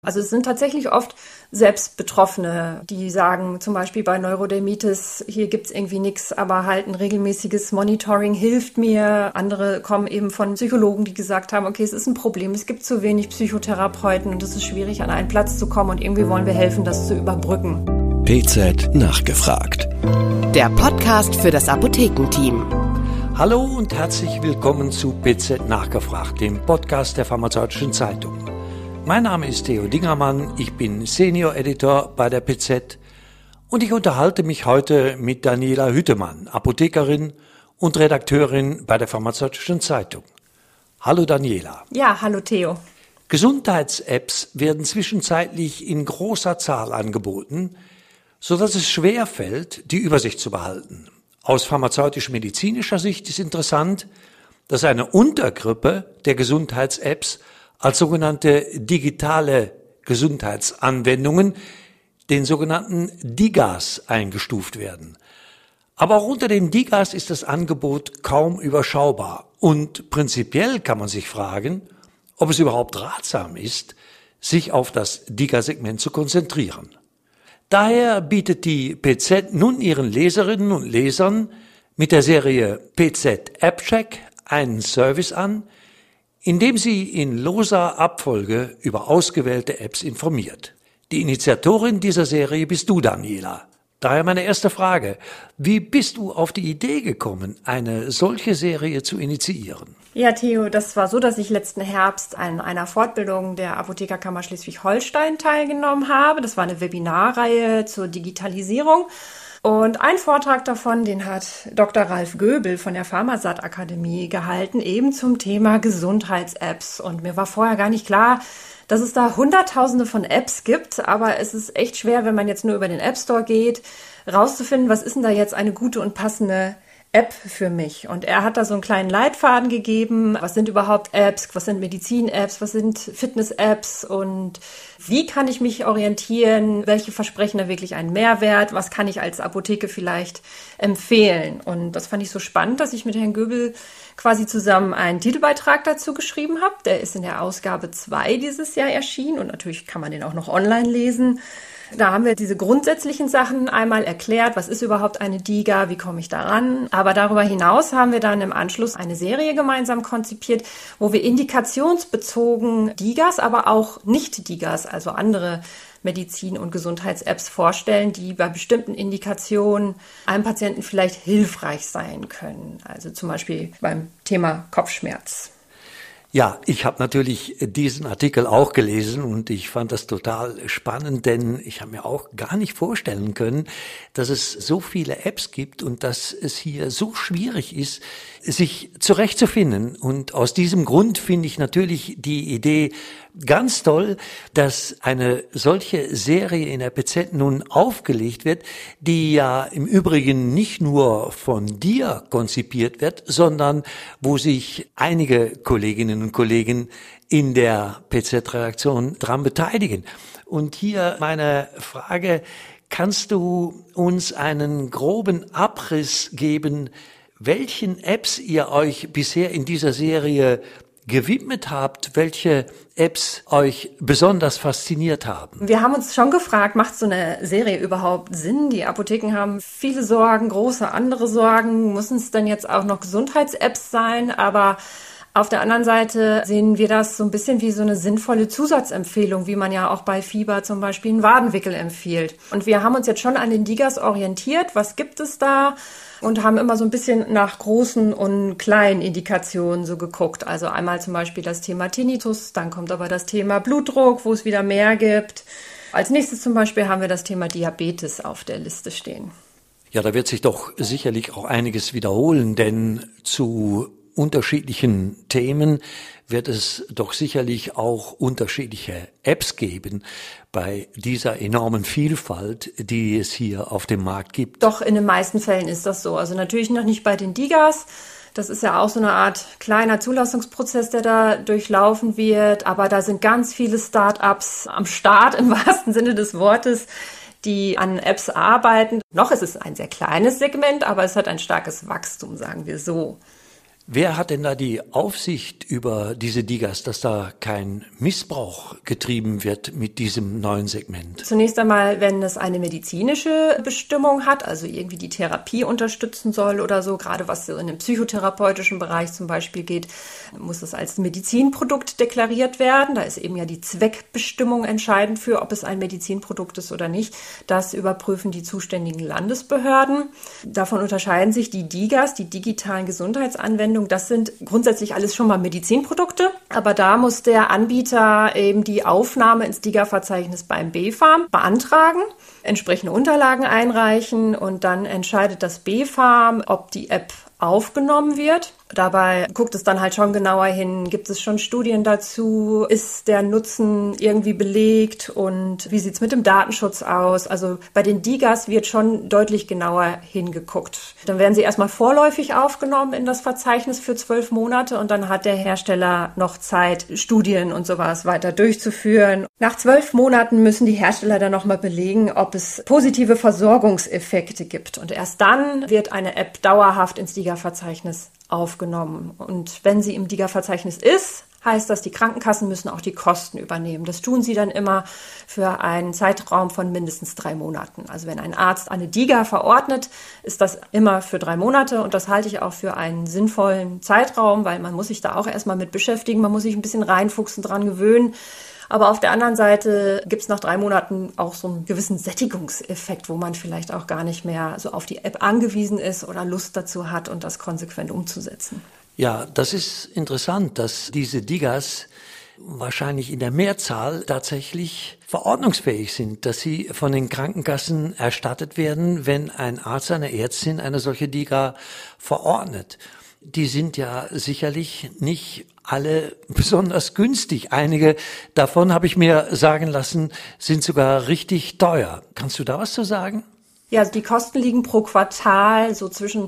Also es sind tatsächlich oft selbst Betroffene, die sagen, zum Beispiel bei Neurodermitis, hier gibt's irgendwie nichts, aber halt ein regelmäßiges Monitoring hilft mir. Andere kommen eben von Psychologen, die gesagt haben, okay, es ist ein Problem, es gibt zu wenig Psychotherapeuten und es ist schwierig, an einen Platz zu kommen und irgendwie wollen wir helfen, das zu überbrücken. PZ nachgefragt. Der Podcast für das Apothekenteam. Hallo und herzlich willkommen zu PZ nachgefragt, dem Podcast der Pharmazeutischen Zeitung. Mein Name ist Theo Dingermann, ich bin Senior Editor bei der PZ und ich unterhalte mich heute mit Daniela Hüttemann, Apothekerin und Redakteurin bei der Pharmazeutischen Zeitung. Hallo Daniela. Ja, hallo Theo. Gesundheits-Apps werden zwischenzeitlich in großer Zahl angeboten, sodass es schwerfällt, die Übersicht zu behalten. Aus pharmazeutisch-medizinischer Sicht ist interessant, dass eine Untergruppe der Gesundheits-Apps als sogenannte digitale Gesundheitsanwendungen, den sogenannten DiGAs, eingestuft werden. Aber auch unter dem DiGAs ist das Angebot kaum überschaubar. Und prinzipiell kann man sich fragen, ob es überhaupt ratsam ist, sich auf das DiGA-Segment zu konzentrieren. Daher bietet die PZ nun ihren Leserinnen und Lesern mit der Serie PZ AppCheck einen Service an, indem sie in loser Abfolge über ausgewählte Apps informiert. Die Initiatorin dieser Serie bist du, Daniela. Daher meine erste Frage: Wie bist du auf die Idee gekommen, eine solche Serie zu initiieren? Ja, Theo, das war so, dass ich letzten Herbst an einer Fortbildung der Apothekerkammer Schleswig-Holstein teilgenommen habe. Das war eine Webinarreihe zur Digitalisierung. Und ein Vortrag davon, den hat Dr. Ralf Göbel von der Pharmasat Akademie gehalten, eben zum Thema Gesundheits-Apps. Und mir war vorher gar nicht klar, dass es da Hunderttausende von Apps gibt, aber es ist echt schwer, wenn man jetzt nur über den App Store geht, rauszufinden, was ist denn da jetzt eine gute und passende App für mich. Und er hat da so einen kleinen Leitfaden gegeben. Was sind überhaupt Apps? Was sind Medizin-Apps? Was sind Fitness-Apps? Und wie kann ich mich orientieren? Welche versprechen da wirklich einen Mehrwert? Was kann ich als Apotheke vielleicht empfehlen? Und das fand ich so spannend, dass ich mit Herrn Göbel quasi zusammen einen Titelbeitrag dazu geschrieben habe. Der ist in der Ausgabe 2 dieses Jahr erschienen und natürlich kann man den auch noch online lesen. Da haben wir diese grundsätzlichen Sachen einmal erklärt, was ist überhaupt eine DiGA, wie komme ich daran. Aber darüber hinaus haben wir dann im Anschluss eine Serie gemeinsam konzipiert, wo wir indikationsbezogen DiGAs, aber auch Nicht-DiGAs, also andere Medizin- und Gesundheits-Apps vorstellen, die bei bestimmten Indikationen einem Patienten vielleicht hilfreich sein können. Also zum Beispiel beim Thema Kopfschmerz. Ja, ich habe natürlich diesen Artikel auch gelesen und ich fand das total spannend, denn ich habe mir auch gar nicht vorstellen können, dass es so viele Apps gibt und dass es hier so schwierig ist, sich zurechtzufinden. Und aus diesem Grund finde ich natürlich die Idee ganz toll, dass eine solche Serie in der PZ nun aufgelegt wird, die ja im Übrigen nicht nur von dir konzipiert wird, sondern wo sich einige Kolleginnen und Kollegen in der PZ-Redaktion dran beteiligen. Und hier meine Frage: Kannst du uns einen groben Abriss geben, welchen Apps ihr euch bisher in dieser Serie gewidmet habt, welche Apps euch besonders fasziniert haben? Wir haben uns schon gefragt, macht so eine Serie überhaupt Sinn? Die Apotheken haben viele Sorgen, große andere Sorgen. Müssen es denn jetzt auch noch Gesundheits-Apps sein? Aber auf der anderen Seite sehen wir das so ein bisschen wie so eine sinnvolle Zusatzempfehlung, wie man ja auch bei Fieber zum Beispiel einen Wadenwickel empfiehlt. Und wir haben uns jetzt schon an den DiGAs orientiert. Was gibt es da? Und haben immer so ein bisschen nach großen und kleinen Indikationen so geguckt. Also einmal zum Beispiel das Thema Tinnitus, dann kommt aber das Thema Blutdruck, wo es wieder mehr gibt. Als nächstes zum Beispiel haben wir das Thema Diabetes auf der Liste stehen. Ja, da wird sich doch sicherlich auch einiges wiederholen, denn zu unterschiedlichen Themen wird es doch sicherlich auch unterschiedliche Apps geben bei dieser enormen Vielfalt, die es hier auf dem Markt gibt. Doch, in den meisten Fällen ist das so. Also natürlich noch nicht bei den DiGAs. Das ist ja auch so eine Art kleiner Zulassungsprozess, der da durchlaufen wird. Aber da sind ganz viele Start-ups am Start im wahrsten Sinne des Wortes, die an Apps arbeiten. Noch ist es ein sehr kleines Segment, aber es hat ein starkes Wachstum, sagen wir so. Wer hat denn da die Aufsicht über diese Digas, dass da kein Missbrauch getrieben wird mit diesem neuen Segment? Zunächst einmal, wenn es eine medizinische Bestimmung hat, also irgendwie die Therapie unterstützen soll oder so, gerade was so in dem psychotherapeutischen Bereich zum Beispiel geht, muss es als Medizinprodukt deklariert werden. Da ist eben ja die Zweckbestimmung entscheidend für, ob es ein Medizinprodukt ist oder nicht. Das überprüfen die zuständigen Landesbehörden. Davon unterscheiden sich die Digas, die digitalen Gesundheitsanwendungen. Das sind grundsätzlich alles schon mal Medizinprodukte, aber da muss der Anbieter eben die Aufnahme ins DiGA-Verzeichnis beim BfArM beantragen, entsprechende Unterlagen einreichen und dann entscheidet das BfArM, ob die App aufgenommen wird. Dabei guckt es dann halt schon genauer hin, gibt es schon Studien dazu, ist der Nutzen irgendwie belegt und wie sieht's mit dem Datenschutz aus? Also bei den Digas wird schon deutlich genauer hingeguckt. Dann werden sie erstmal vorläufig aufgenommen in das Verzeichnis für 12 Monate und dann hat der Hersteller noch Zeit, Studien und sowas weiter durchzuführen. Nach 12 Monaten müssen die Hersteller dann nochmal belegen, ob es positive Versorgungseffekte gibt. Und erst dann wird eine App dauerhaft ins DiGA-Verzeichnis aufgenommen. Und wenn sie im DiGA-Verzeichnis ist, heißt das, die Krankenkassen müssen auch die Kosten übernehmen. Das tun sie dann immer für einen Zeitraum von mindestens 3 Monaten. Also wenn ein Arzt eine DiGA verordnet, ist das immer für 3 Monate und das halte ich auch für einen sinnvollen Zeitraum, weil man muss sich da auch erstmal mit beschäftigen, man muss sich ein bisschen reinfuchsen, dran gewöhnen. Aber auf der anderen Seite gibt es nach 3 Monaten auch so einen gewissen Sättigungseffekt, wo man vielleicht auch gar nicht mehr so auf die App angewiesen ist oder Lust dazu hat und das konsequent umzusetzen. Ja, das ist interessant, dass diese Digas wahrscheinlich in der Mehrzahl tatsächlich verordnungsfähig sind, dass sie von den Krankenkassen erstattet werden, wenn ein Arzt, eine Ärztin eine solche Diga verordnet. Die sind ja sicherlich nicht alle besonders günstig. Einige davon, habe ich mir sagen lassen, sind sogar richtig teuer. Kannst du da was zu sagen? Ja, die Kosten liegen pro Quartal so zwischen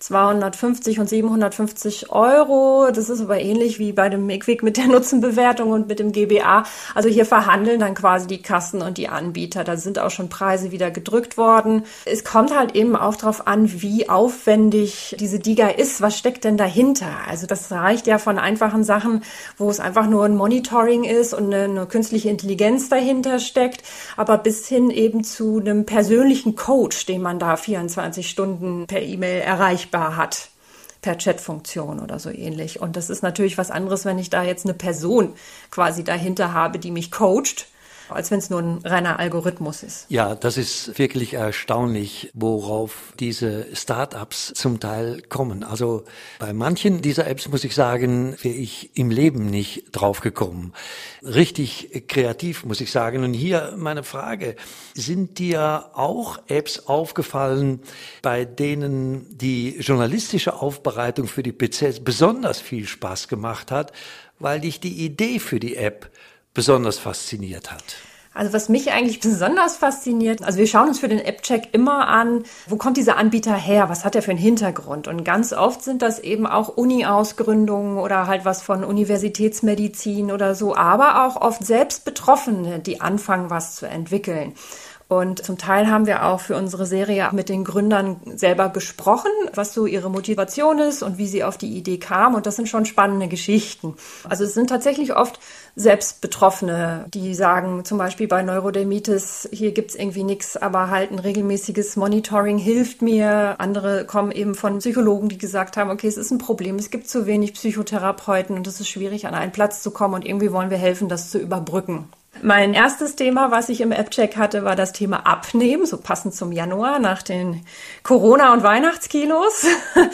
250 und 750 €. Das ist aber ähnlich wie bei dem MIGWIG mit der Nutzenbewertung und mit dem GBA. Also hier verhandeln dann quasi die Kassen und die Anbieter. Da sind auch schon Preise wieder gedrückt worden. Es kommt halt eben auch darauf an, wie aufwendig diese DiGA ist. Was steckt denn dahinter? Also das reicht ja von einfachen Sachen, wo es einfach nur ein Monitoring ist und eine künstliche Intelligenz dahinter steckt, aber bis hin eben zu einem persönlichen Coach, den man da 24 Stunden per E-Mail erreichbar hat, per Chatfunktion oder so ähnlich. Und das ist natürlich was anderes, wenn ich da jetzt eine Person quasi dahinter habe, die mich coacht, als wenn es nur ein reiner Algorithmus ist. Ja, das ist wirklich erstaunlich, worauf diese Start-ups zum Teil kommen. Also bei manchen dieser Apps, muss ich sagen, wäre ich im Leben nicht drauf gekommen. Richtig kreativ, muss ich sagen. Und hier meine Frage, sind dir auch Apps aufgefallen, bei denen die journalistische Aufbereitung für die PCs besonders viel Spaß gemacht hat, weil dich die Idee für die App besonders fasziniert hat? Also was mich eigentlich besonders fasziniert, also wir schauen uns für den App-Check immer an, wo kommt dieser Anbieter her, was hat er für einen Hintergrund? Und ganz oft sind das eben auch Uni-Ausgründungen oder halt was von Universitätsmedizin oder so, aber auch oft selbst Betroffene, die anfangen, was zu entwickeln. Und zum Teil haben wir auch für unsere Serie mit den Gründern selber gesprochen, was so ihre Motivation ist und wie sie auf die Idee kamen. Und das sind schon spannende Geschichten. Also es sind tatsächlich oft selbst Betroffene, die sagen zum Beispiel bei Neurodermitis, hier gibt's irgendwie nichts, aber halt ein regelmäßiges Monitoring hilft mir. Andere kommen eben von Psychologen, die gesagt haben, okay, es ist ein Problem, es gibt zu wenig Psychotherapeuten und es ist schwierig, an einen Platz zu kommen und irgendwie wollen wir helfen, das zu überbrücken. Mein erstes Thema, was ich im App-Check hatte, war das Thema Abnehmen, so passend zum Januar nach den Corona- und Weihnachtskilos.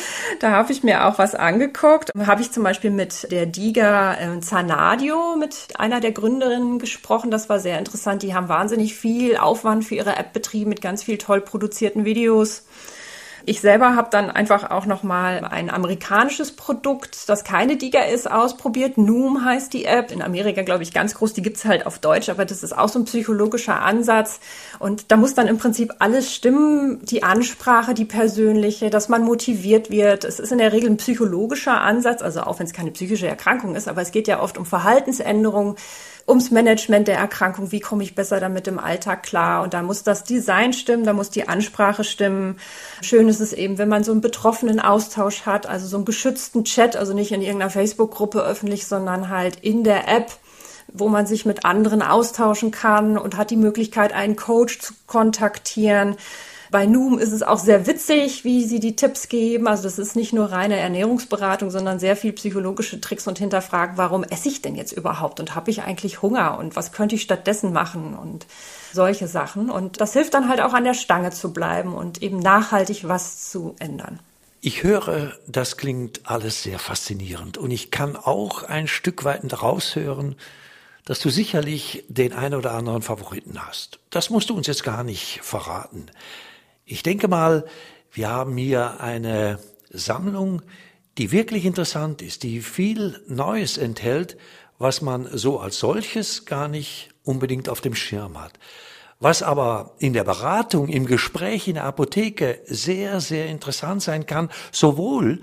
Da habe ich mir auch was angeguckt. Da habe ich zum Beispiel mit der DiGA Zanadio, mit einer der Gründerinnen gesprochen. Das war sehr interessant. Die haben wahnsinnig viel Aufwand für ihre App betrieben mit ganz viel toll produzierten Videos. Ich selber habe dann einfach auch nochmal ein amerikanisches Produkt, das keine DiGA ist, ausprobiert. Noom heißt die App. In Amerika, glaube ich, ganz groß. Die gibt's halt auf Deutsch, aber das ist auch so ein psychologischer Ansatz. Und da muss dann im Prinzip alles stimmen. Die Ansprache, die persönliche, dass man motiviert wird. Es ist in der Regel ein psychologischer Ansatz, also auch wenn es keine psychische Erkrankung ist, aber es geht ja oft um Verhaltensänderungen. ums Management der Erkrankung, wie komme ich besser damit im Alltag klar. Und da muss das Design stimmen, da muss die Ansprache stimmen. Schön ist es eben, wenn man so einen betroffenen Austausch hat, also so einen geschützten Chat, also nicht in irgendeiner Facebook-Gruppe öffentlich, sondern halt in der App, wo man sich mit anderen austauschen kann und hat die Möglichkeit, einen Coach zu kontaktieren. Bei Noom ist es auch sehr witzig, wie sie die Tipps geben. Also das ist nicht nur reine Ernährungsberatung, sondern sehr viel psychologische Tricks und hinterfragen, warum esse ich denn jetzt überhaupt und habe ich eigentlich Hunger und was könnte ich stattdessen machen und solche Sachen. Und das hilft dann halt auch an der Stange zu bleiben und eben nachhaltig was zu ändern. Ich höre, das klingt alles sehr faszinierend und ich kann auch ein Stück weit raushören, dass du sicherlich den einen oder anderen Favoriten hast. Das musst du uns jetzt gar nicht verraten. Ich denke mal, wir haben hier eine Sammlung, die wirklich interessant ist, die viel Neues enthält, was man so als solches gar nicht unbedingt auf dem Schirm hat. Was aber in der Beratung, im Gespräch in der Apotheke sehr, sehr interessant sein kann, sowohl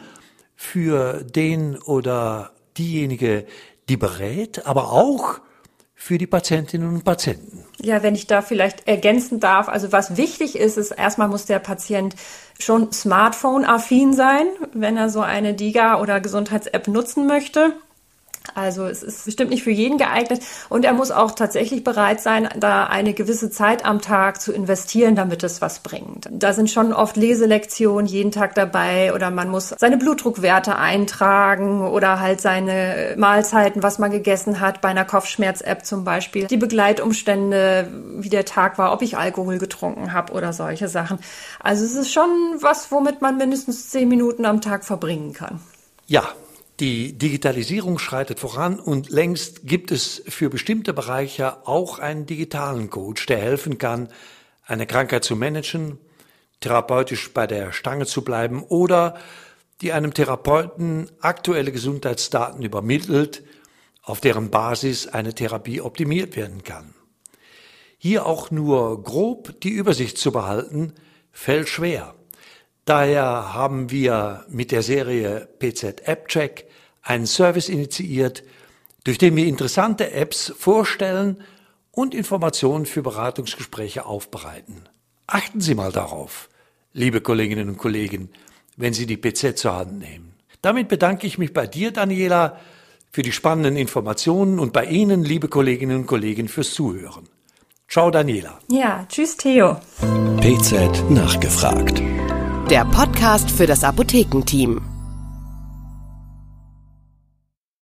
für den oder diejenige, die berät, aber auch für die Patientinnen und Patienten. Ja, wenn ich da vielleicht ergänzen darf, also was wichtig ist, ist erstmal muss der Patient schon Smartphone-affin sein, wenn er so eine DiGA oder Gesundheits-App nutzen möchte. Also es ist bestimmt nicht für jeden geeignet und er muss auch tatsächlich bereit sein, da eine gewisse Zeit am Tag zu investieren, damit es was bringt. Da sind schon oft Leselektionen jeden Tag dabei oder man muss seine Blutdruckwerte eintragen oder halt seine Mahlzeiten, was man gegessen hat, bei einer Kopfschmerz-App zum Beispiel, die Begleitumstände, wie der Tag war, ob ich Alkohol getrunken habe oder solche Sachen. Also es ist schon was, womit man mindestens 10 Minuten am Tag verbringen kann. Ja. Die Digitalisierung schreitet voran und längst gibt es für bestimmte Bereiche auch einen digitalen Coach, der helfen kann, eine Krankheit zu managen, therapeutisch bei der Stange zu bleiben oder die einem Therapeuten aktuelle Gesundheitsdaten übermittelt, auf deren Basis eine Therapie optimiert werden kann. Hier auch nur grob die Übersicht zu behalten, fällt schwer. Daher haben wir mit der Serie PZ App Check einen Service initiiert, durch den wir interessante Apps vorstellen und Informationen für Beratungsgespräche aufbereiten. Achten Sie mal darauf, liebe Kolleginnen und Kollegen, wenn Sie die PZ zur Hand nehmen. Damit bedanke ich mich bei dir, Daniela, für die spannenden Informationen und bei Ihnen, liebe Kolleginnen und Kollegen, fürs Zuhören. Ciao, Daniela. Ja, tschüss, Theo. PZ nachgefragt. Der Podcast für das Apothekenteam.